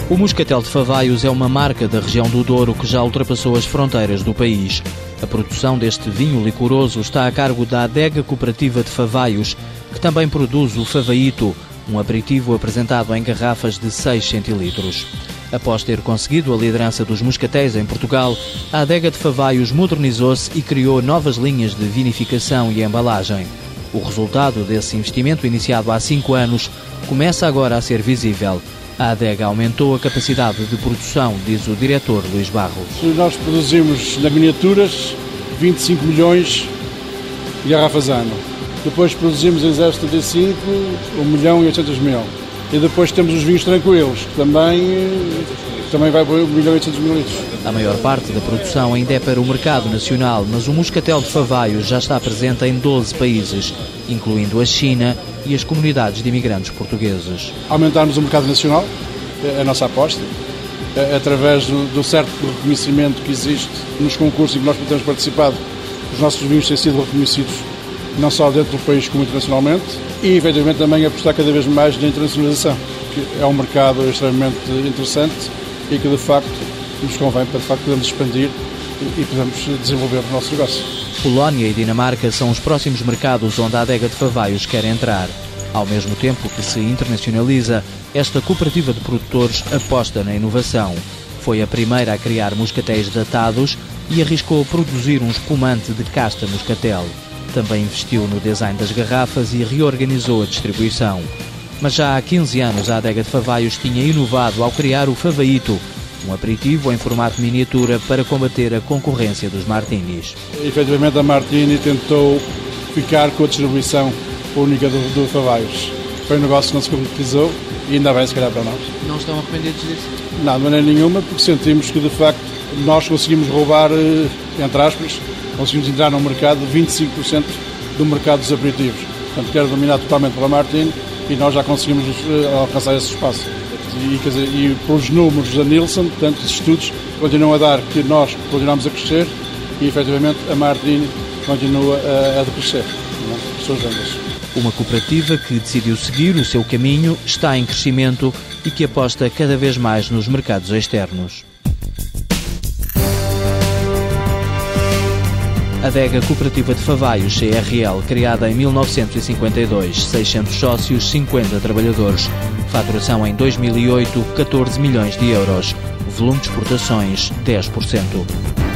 O Moscatel de Favaios é uma marca da região do Douro que já ultrapassou as fronteiras do país. A produção deste vinho licoroso está a cargo da Adega Cooperativa de Favaios, que também produz o Favaito, um aperitivo apresentado em garrafas de 6 centilitros. Após ter conseguido a liderança dos moscatéis em Portugal, a Adega de Favaios modernizou-se e criou novas linhas de vinificação e embalagem. O resultado desse investimento iniciado há 5 anos começa agora a ser visível. A adega aumentou a capacidade de produção, diz o diretor Luís Barros. Nós produzimos, na miniaturas, 25 milhões de garrafas ano. Depois produzimos em 0,75, 1.800.000. E depois temos os vinhos tranquilos, que também vai para 1.800.000 litros. A maior parte da produção ainda é para o mercado nacional, mas o Moscatel de Favaios já está presente em 12 países, incluindo a China e as comunidades de imigrantes portugueses. Aumentarmos o mercado nacional é a nossa aposta, através do certo reconhecimento que existe nos concursos em que nós temos participado. Os nossos vinhos têm sido reconhecidos não só dentro do país como internacionalmente e, efetivamente, também apostar cada vez mais na internacionalização, que é um mercado extremamente interessante e que, de facto, nos convém para, de facto, podermos expandir e podermos desenvolver o nosso negócio. Polónia e Dinamarca são os próximos mercados onde a Adega de Favaios quer entrar. Ao mesmo tempo que se internacionaliza, esta cooperativa de produtores aposta na inovação. Foi a primeira a criar moscatéis datados e arriscou produzir um espumante de casta moscatel. Também investiu no design das garrafas e reorganizou a distribuição. Mas já há 15 anos a Adega de Favaios tinha inovado ao criar o Favaito, um aperitivo em formato miniatura para combater a concorrência dos martinis. Efetivamente a Martini tentou ficar com a distribuição única do Favaios. Foi um negócio que não se concretizou e ainda bem, se calhar, para nós. Não estão arrependidos disso? Não, de maneira nenhuma, porque sentimos que, de facto, nós conseguimos roubar, entre aspas, conseguimos entrar no mercado 25% do mercado dos aperitivos. Portanto, que era dominado totalmente pela Martini e nós já conseguimos alcançar esse espaço. E pelos números da Nielsen, portanto, os estudos continuam a dar que nós continuamos a crescer e, efetivamente, a Martini continua a decrescer as suas vendas. Uma cooperativa que decidiu seguir o seu caminho, está em crescimento e que aposta cada vez mais nos mercados externos. Adega Cooperativa de Favaios, CRL, criada em 1952, 600 sócios, 50 trabalhadores. Faturação em 2008, 14 milhões de euros. Volume de exportações, 10%.